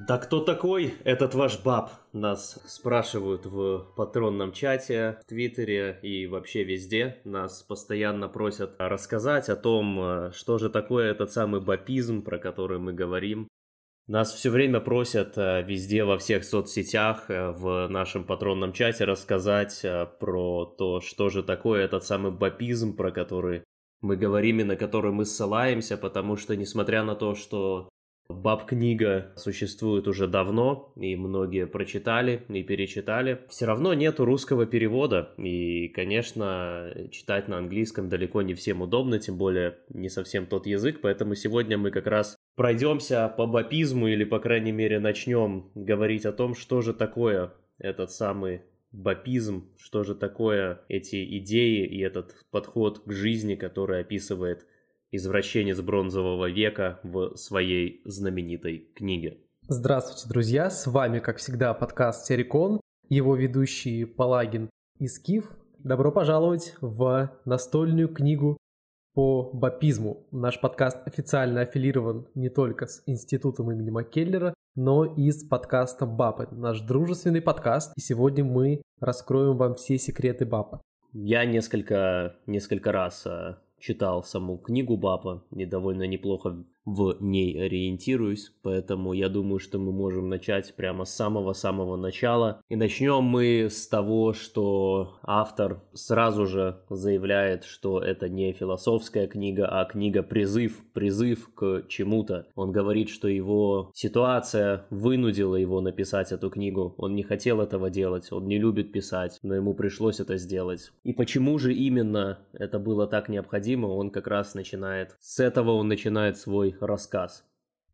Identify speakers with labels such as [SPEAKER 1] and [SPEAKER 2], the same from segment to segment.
[SPEAKER 1] Да кто такой этот ваш баб? Нас спрашивают в патронном чате, в Твиттере и вообще везде. Нас постоянно просят рассказать о том, что же такое этот самый бапизм, про который мы говорим. Нас все время просят везде, во всех соцсетях, в нашем патронном чате рассказать про то, что же такое этот самый бапизм, про который мы говорим и на который мы ссылаемся, потому что, несмотря на то, что баб-книга существует уже давно, и многие прочитали и перечитали, все равно нету русского перевода, и, конечно, читать на английском далеко не всем удобно, тем более не совсем тот язык, поэтому сегодня мы как раз пройдемся по бапизму, или, по крайней мере, начнем говорить о том, что же такое этот самый бапизм, что же такое эти идеи и этот подход к жизни, который описывает извращенец бронзового века в своей знаменитой книге.
[SPEAKER 2] Здравствуйте, друзья! С вами, как всегда, подкаст Террикон, его ведущий Палагин и Скиф. Добро пожаловать в настольную книгу по бапизму. Наш подкаст официально аффилирован не только с институтом имени Маккеллера, но и с подкастом БАПа, наш дружественный подкаст. И сегодня мы раскроем вам все секреты БАПа.
[SPEAKER 1] Я несколько раз читал саму книгу БАПа и довольно неплохо в ней ориентируюсь, поэтому я думаю, что мы можем начать прямо с самого-самого начала. И начнем мы с того, что автор сразу же заявляет, что это не философская книга, а книга-призыв к чему-то. Он говорит, что его ситуация вынудила его написать эту книгу. Он не хотел этого делать, он не любит писать, но ему пришлось это сделать. И почему же именно это было так необходимо, он как раз начинает свой рассказ.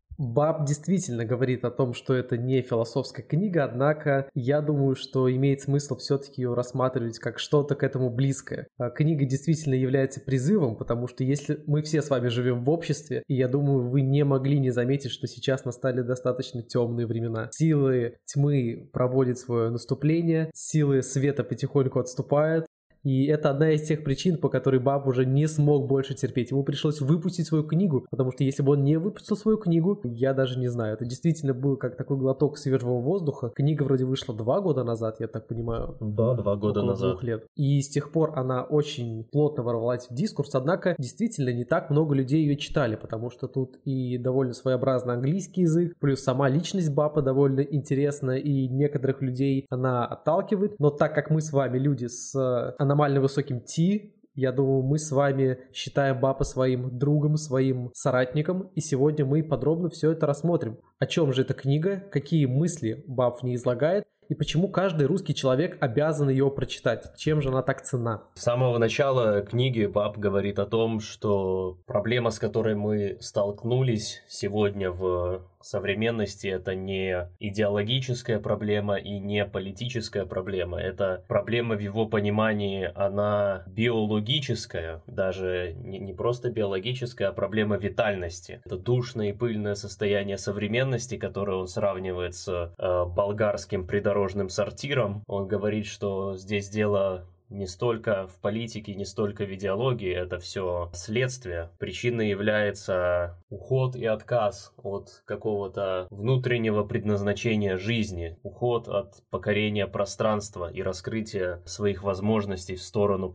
[SPEAKER 2] БАП действительно говорит о том, что это не философская книга, однако я думаю, что имеет смысл все-таки ее рассматривать как что-то к этому близкое. Книга действительно является призывом, потому что если мы все с вами живем в обществе, и я думаю, вы не могли не заметить, что сейчас настали достаточно темные времена. Силы тьмы проводят свое наступление, силы света потихоньку отступают. И это одна из тех причин, по которой БАП уже не смог больше терпеть. Ему пришлось выпустить свою книгу, потому что если бы он не выпустил свою книгу, я даже не знаю. Это действительно был как такой глоток свежего воздуха. Книга вроде вышла 2 года назад, я так понимаю.
[SPEAKER 1] Да, 2 года назад.
[SPEAKER 2] 2 лет. И с тех пор она очень плотно ворвалась в дискурс, однако действительно не так много людей ее читали, потому что тут и довольно своеобразный английский язык, плюс сама личность БАПа довольно интересна, и некоторых людей она отталкивает. Но так как мы с вами люди с аномально высоким T, я думаю, мы с вами считаем БАПа своим другом, своим соратником, и сегодня мы подробно все это рассмотрим. О чем же эта книга, какие мысли БАП в ней излагает, и почему каждый русский человек обязан ее прочитать, чем же она так ценна.
[SPEAKER 1] С самого начала книги БАП говорит о том, что проблема, с которой мы столкнулись сегодня в современности, это не идеологическая проблема и не политическая проблема. Это проблема в его понимании, она биологическая, даже не просто биологическая, а проблема витальности. Это душное и пыльное состояние современности, которое он сравнивает с болгарским придорожным сортиром. Он говорит, что здесь дело не столько в политике, не столько в идеологии, это все следствие. Причиной является уход и отказ от какого-то внутреннего предназначения жизни, уход от покорения пространства и раскрытия своих возможностей в сторону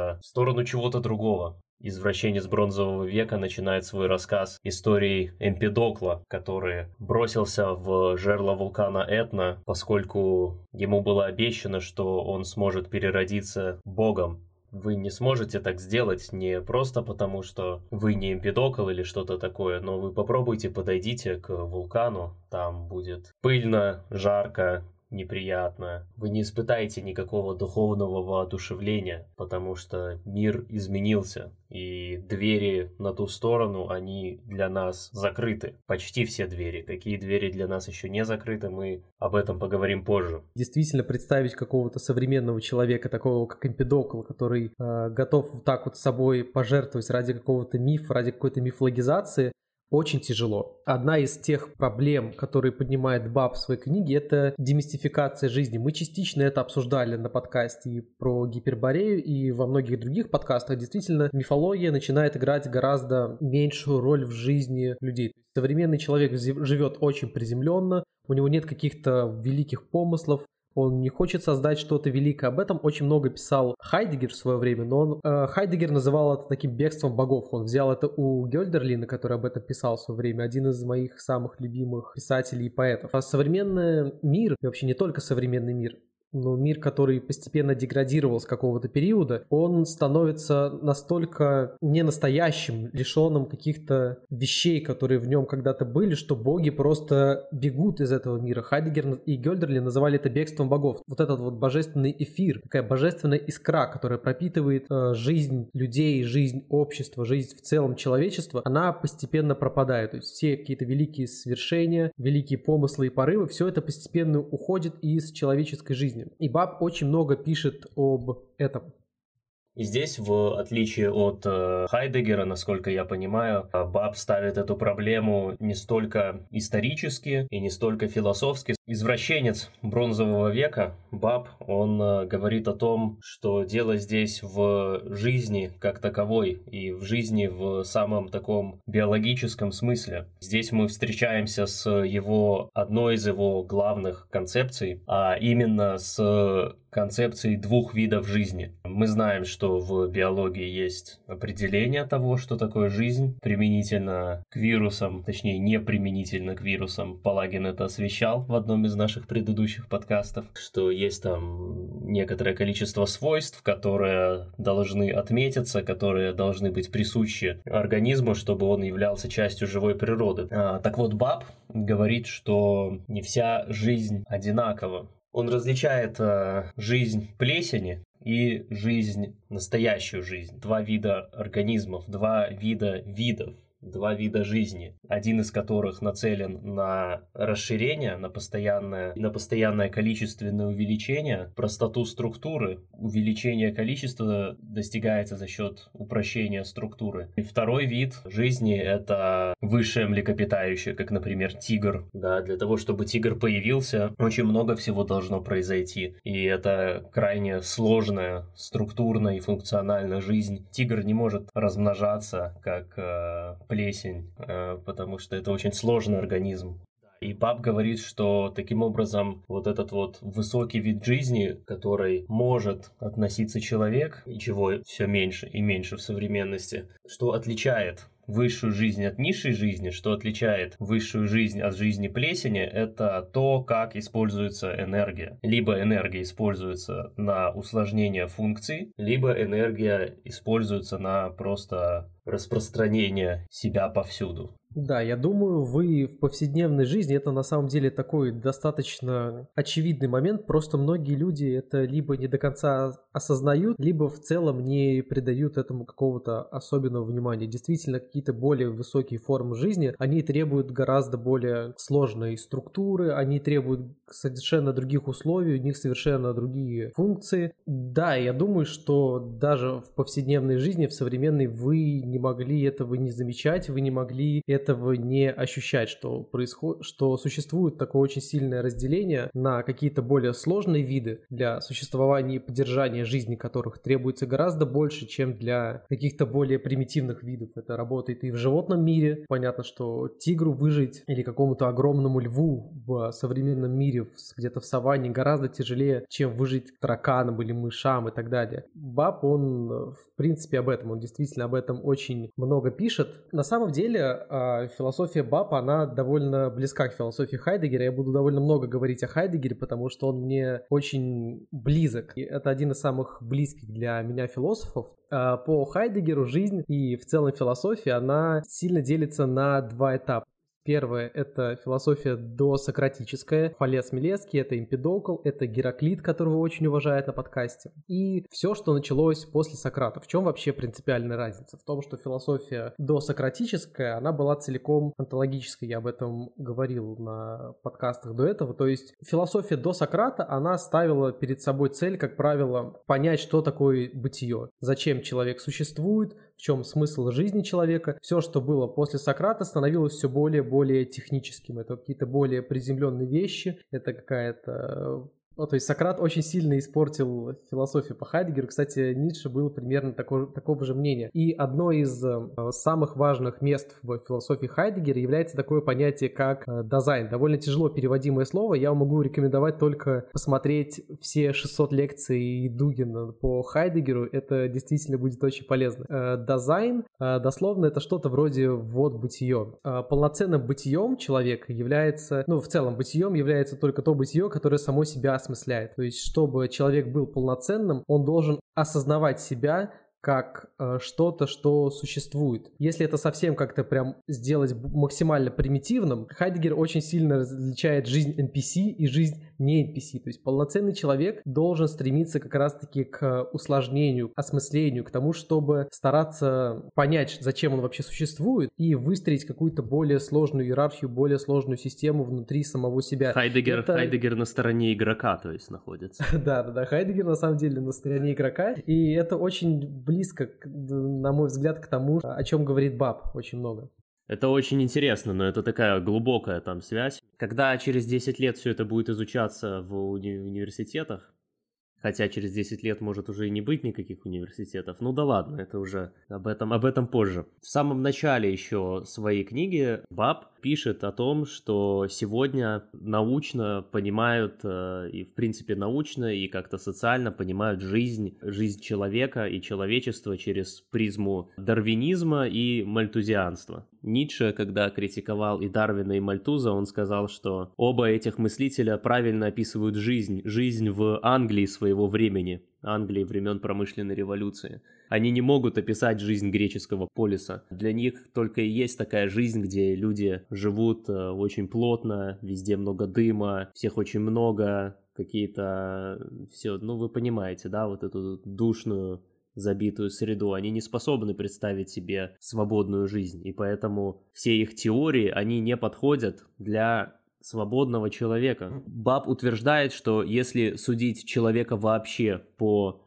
[SPEAKER 1] чего-то другого. Извращенец бронзового века начинает свой рассказ историей Эмпидокла, который бросился в жерло вулкана Этна, поскольку ему было обещано, что он сможет переродиться богом. Вы не сможете так сделать не просто потому, что вы не Эмпидокл или что-то такое, но вы попробуйте, подойдите к вулкану, там будет пыльно, жарко, неприятно. Вы не испытаете никакого духовного воодушевления, потому что мир изменился, и двери на ту сторону, они для нас закрыты. Почти все двери. Какие двери для нас еще не закрыты, мы об этом поговорим позже.
[SPEAKER 2] Действительно, представить какого-то современного человека, такого как Эмпидокл, который готов так вот собой пожертвовать ради какого-то мифа, ради какой-то мифологизации, очень тяжело. Одна из тех проблем, которые поднимает Баб в своей книге, это демистификация жизни. Мы частично это обсуждали на подкасте и про Гиперборею, и во многих других подкастах. Действительно, мифология начинает играть гораздо меньшую роль в жизни людей. Современный человек живет очень приземленно, у него нет каких-то великих помыслов, он не хочет создать что-то великое. Об этом очень много писал Хайдеггер в свое время, но Хайдеггер называл это таким бегством богов. Он взял это у Гёльдерлина, который об этом писал в свое время, один из моих самых любимых писателей и поэтов. А современный мир, и вообще не только современный мир, но мир, который постепенно деградировал с какого-то периода, он становится настолько ненастоящим, лишенным каких-то вещей, которые в нем когда-то были, что боги просто бегут из этого мира. Хайдеггер и Гёльдерлин называли это бегством богов. Вот этот вот божественный эфир, такая божественная искра, которая пропитывает жизнь людей, жизнь общества, жизнь в целом человечества, она постепенно пропадает. То есть все какие-то великие свершения, великие помыслы и порывы, все это постепенно уходит из человеческой жизни. И Баб очень много пишет об этом.
[SPEAKER 1] И здесь, в отличие от Хайдеггера, насколько я понимаю, Баб ставит эту проблему не столько исторически и не столько философски. Извращенец бронзового века, Баб, он говорит о том, что дело здесь в жизни как таковой и в жизни в самом таком биологическом смысле. Здесь мы встречаемся с одной из его главных концепций, а именно с концепцией двух видов жизни. Мы знаем, что в биологии есть определение того, что такое жизнь, применительно к вирусам, точнее не применительно к вирусам. Палагин это освещал в одном из наших предыдущих подкастов, что есть там некоторое количество свойств, которые должны отметиться, которые должны быть присущи организму, чтобы он являлся частью живой природы. Так вот, Баб говорит, что не вся жизнь одинакова. Он различает жизнь плесени и настоящую жизнь. Два вида организмов, два вида видов, два вида жизни. Один из которых нацелен на расширение, на постоянное количественное увеличение, простоту структуры. Увеличение количества достигается за счет упрощения структуры. И второй вид жизни — это высшее млекопитающее, как, например, тигр. Да, для того, чтобы тигр появился, очень много всего должно произойти. И это крайне сложная, структурная и функциональная жизнь. Тигр не может размножаться, как плесень, потому что это очень сложный организм. И Баб говорит, что таким образом вот этот вот высокий вид жизни, который может относиться человек, и чего все меньше и меньше в современности, что отличает высшую жизнь от низшей жизни, что отличает высшую жизнь от жизни плесени, это то, как используется энергия. Либо энергия используется на усложнение функций, либо энергия используется на просто распространение себя повсюду.
[SPEAKER 2] Да, я думаю, вы в повседневной жизни, это на самом деле такой достаточно очевидный момент, просто многие люди это либо не до конца осознают, либо в целом не придают этому какого-то особенного внимания. Действительно, какие-то более высокие формы жизни, они требуют гораздо более сложной структуры, они требуют совершенно других условий, у них совершенно другие функции. Да, я думаю, что даже в повседневной жизни, в современной, вы не могли этого не замечать, вы не могли этого не ощущать, что происходит, что существует такое очень сильное разделение на какие-то более сложные виды, для существования и поддержания жизни которых требуется гораздо больше, чем для каких-то более примитивных видов. Это работает и в животном мире. Понятно, что тигру выжить или какому-то огромному льву в современном мире, где-то в саванне, гораздо тяжелее, чем выжить тараканам или мышам и так далее. Баб, он в принципе об этом, он действительно об этом очень много пишет. На самом деле философия Баб, она довольно близка к философии Хайдеггера. Я буду довольно много говорить о Хайдеггере, потому что он мне очень близок. И это один из самых близких для меня философов. По Хайдеггеру жизнь и в целом философия, она сильно делится на два этапа. Первое — это философия досократическая. Фалес Милевский, это Эмпидокл, это Гераклит, которого очень уважают на подкасте. И все, что началось после Сократа. В чем вообще принципиальная разница? В том, что философия досократическая, она была целиком онтологической. Я об этом говорил на подкастах до этого. То есть философия до Сократа, она ставила перед собой цель, как правило, понять, что такое бытие. Зачем человек существует, в чем смысл жизни человека. Все, что было после Сократа, становилось все более и более техническим. Это какие-то более приземленные вещи, это какая-то... То есть Сократ очень сильно испортил философию по Хайдеггеру. Кстати, Ницше был примерно такого же мнения. И одно из самых важных мест в философии Хайдеггера является такое понятие, как дазайн. Довольно тяжело переводимое слово. Я вам могу рекомендовать только посмотреть все 600 лекций Дугина по Хайдеггеру. Это действительно будет очень полезно. Дазайн, дословно, это что-то вроде «вот бытие». Полноценным бытием человека является, в целом бытием является только то бытие, которое само себя осмысляет. То есть, чтобы человек был полноценным, он должен осознавать себя как что-то, что существует. Если это совсем как-то прям сделать максимально примитивным, Хайдеггер очень сильно различает жизнь NPC и жизнь не NPC. То есть полноценный человек должен стремиться как раз-таки к усложнению, осмыслению, к тому, чтобы стараться понять, зачем он вообще существует, и выстроить какую-то более сложную иерархию, более сложную систему внутри самого себя.
[SPEAKER 1] Хайдеггер на стороне игрока, то есть, находится.
[SPEAKER 2] Да, Хайдеггер на самом деле на стороне игрока, и это очень близко, на мой взгляд, к тому, о чем говорит Баб очень много.
[SPEAKER 1] Это очень интересно, но это такая глубокая там связь. Когда через 10 лет все это будет изучаться в университетах, хотя через 10 лет может уже и не быть никаких университетов, ну да ладно, это уже об этом позже. В самом начале еще своей книги Баб пишет о том, что сегодня научно понимают, и в принципе научно, и как-то социально понимают жизнь человека и человечества через призму дарвинизма и мальтузианства. Ницше, когда критиковал и Дарвина, и Мальтуза, он сказал, что оба этих мыслителя правильно описывают жизнь в Англии своего времени, Англии времен промышленной революции. Они не могут описать жизнь греческого полиса. Для них только и есть такая жизнь, где люди живут очень плотно, везде много дыма, всех очень много, какие-то все, вы понимаете, да, вот эту душную, забитую среду. Они не способны представить себе свободную жизнь, и поэтому все их теории, они не подходят для свободного человека. Баб утверждает, что если судить человека вообще по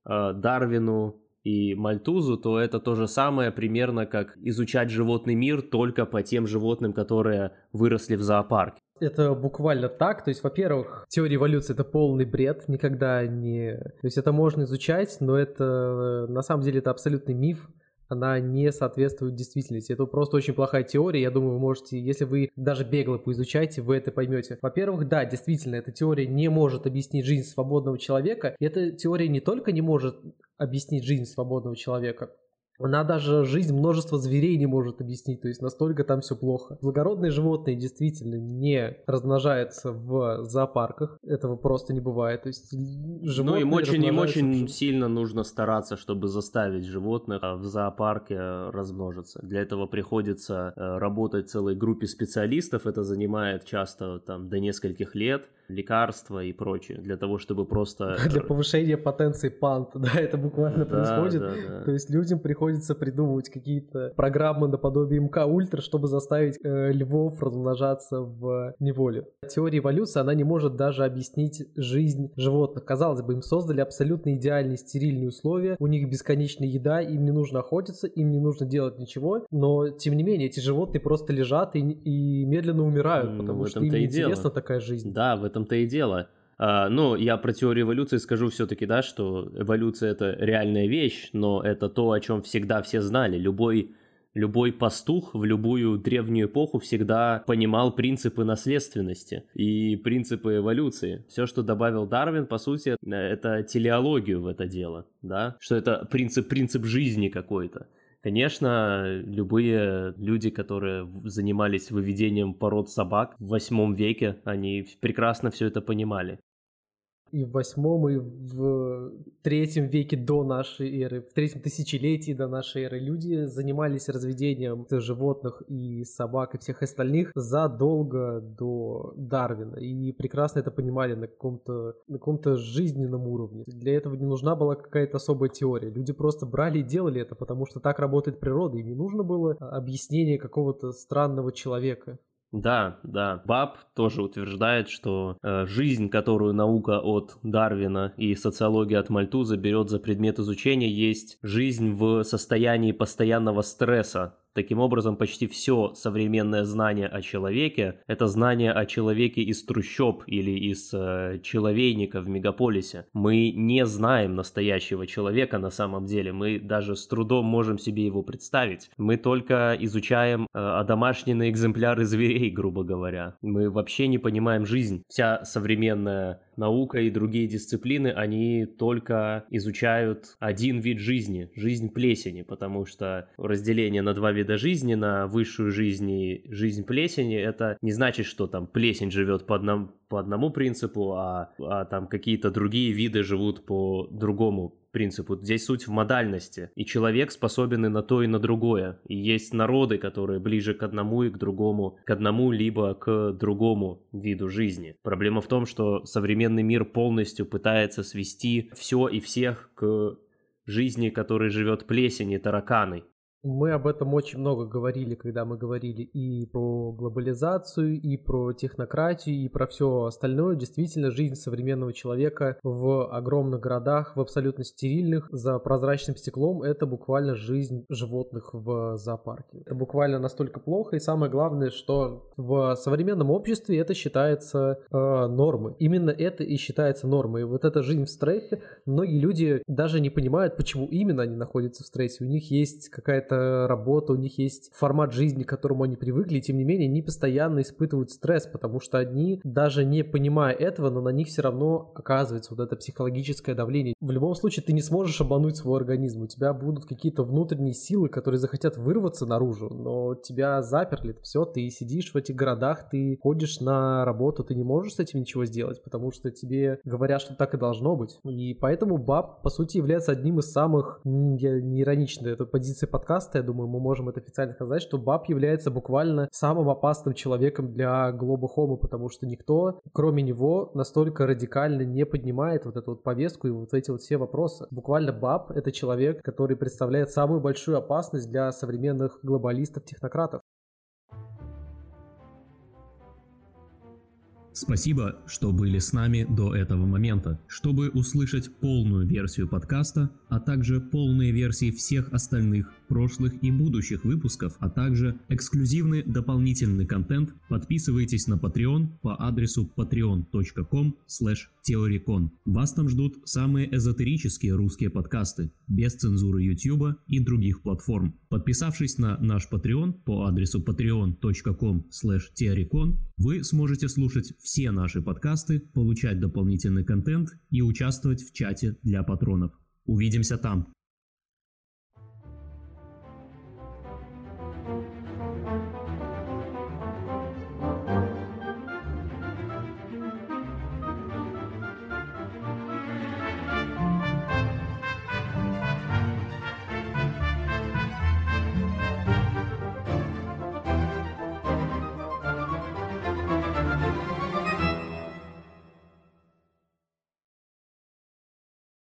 [SPEAKER 1] Дарвину и Мальтузу, то это то же самое примерно, как изучать животный мир только по тем животным, которые выросли в зоопарке.
[SPEAKER 2] Это буквально так, то есть, во-первых, теория эволюции — это полный бред, никогда не... То есть это можно изучать, но это, на самом деле, это абсолютный миф, она не соответствует действительности. Это просто очень плохая теория, я думаю, вы можете, если вы даже бегло поизучаете, вы это поймете. Во-первых, да, действительно, эта теория не может объяснить жизнь свободного человека, и эта теория не только не может объяснить жизнь свободного человека, она даже жизнь множества зверей не может объяснить, то есть настолько там все плохо. Благородные животные действительно не размножаются в зоопарках, этого просто не бывает. То есть животные
[SPEAKER 1] им очень сильно нужно стараться, чтобы заставить животных в зоопарке размножиться. Для этого приходится работать целой группе специалистов, это занимает часто до нескольких лет, лекарства и прочее, для того, чтобы просто...
[SPEAKER 2] Для повышения потенции пант, да, это буквально происходит. Да. То есть людям приходится придумывать какие-то программы наподобие МК Ультра, чтобы заставить львов размножаться в неволе. Теория эволюции, она не может даже объяснить жизнь животных. Казалось бы, им создали абсолютно идеальные стерильные условия, у них бесконечная еда, им не нужно охотиться, им не нужно делать ничего, но тем не менее эти животные просто лежат и медленно умирают, потому что им неинтересна такая жизнь.
[SPEAKER 1] Да, в этом-то и дело. Я про теорию эволюции скажу все-таки, да, что эволюция — это реальная вещь, но это то, о чем всегда все знали. Любой пастух в любую древнюю эпоху всегда понимал принципы наследственности и принципы эволюции. Все, что добавил Дарвин, по сути, это телеологию в это дело, да, что это принцип жизни какой-то. Конечно, любые люди, которые занимались выведением пород собак в 8 веке, они прекрасно все это понимали.
[SPEAKER 2] И в 8 и в 3 веке до нашей эры, в 3 тысячелетии до нашей эры люди занимались разведением животных и собак и всех остальных задолго до Дарвина. И прекрасно это понимали на каком-то жизненном уровне. Для этого не нужна была какая-то особая теория. Люди просто брали и делали это, потому что так работает природа. Им не нужно было объяснение какого-то странного человека.
[SPEAKER 1] Да. Баб тоже утверждает, что жизнь, которую наука от Дарвина и социология от Мальтуза берет за предмет изучения, есть жизнь в состоянии постоянного стресса. Таким образом, почти все современное знание о человеке – это знание о человеке из трущоб или из человейника в мегаполисе. Мы не знаем настоящего человека на самом деле, мы даже с трудом можем себе его представить. Мы только изучаем одомашненные экземпляры зверей, грубо говоря. Мы вообще не понимаем жизнь. Вся современная наука и другие дисциплины, они только изучают один вид жизни – жизнь плесени, потому что разделение на два вида жизни, на высшую жизнь и жизнь плесени, это не значит, что там плесень живет по одному принципу, а там какие-то другие виды живут по другому принципу. Здесь суть в модальности, и человек способен и на то, и на другое. И есть народы, которые ближе к одному и к другому, к одному либо к другому виду жизни. Проблема в том, что современный мир полностью пытается свести все и всех к жизни, которой живет плесень и тараканы.
[SPEAKER 2] Мы об этом очень много говорили, когда мы говорили и про глобализацию, и про технократию, и про все остальное. Действительно, жизнь современного человека в огромных городах, в абсолютно стерильных, за прозрачным стеклом, это буквально жизнь животных в зоопарке. Это буквально настолько плохо, и самое главное, что в современном обществе это считается нормой. Именно это и считается нормой. И вот эта жизнь в стрессе, многие люди даже не понимают, почему именно они находятся в стрессе. У них есть какая-то работа, у них есть формат жизни, к которому они привыкли, и тем не менее они постоянно испытывают стресс, потому что они, даже не понимая этого, но на них все равно оказывается вот это психологическое давление. В любом случае ты не сможешь обмануть свой организм, у тебя будут какие-то внутренние силы, которые захотят вырваться наружу, но тебя заперли, все, ты сидишь в этих городах, ты ходишь на работу, ты не можешь с этим ничего сделать, потому что тебе говорят, что так и должно быть. И поэтому БАП, по сути, является одним из самых, я не иронично, это позиция подкаста, я думаю, мы можем это официально сказать, что БАП является буквально самым опасным человеком для Global Homo, потому что никто, кроме него, настолько радикально не поднимает вот эту вот повестку и вот эти вот все вопросы. Буквально БАП — это человек, который представляет самую большую опасность для современных глобалистов-технократов.
[SPEAKER 3] Спасибо, что были с нами до этого момента. Чтобы услышать полную версию подкаста, а также полные версии всех остальных прошлых и будущих выпусков, а также эксклюзивный дополнительный контент, подписывайтесь на Patreon по адресу patreon.com/theorycon. Вас там ждут самые эзотерические русские подкасты, без цензуры YouTube и других платформ. Подписавшись на наш Patreon по адресу patreon.com/theorycon, вы сможете слушать все наши подкасты, получать дополнительный контент и участвовать в чате для патронов. Увидимся там!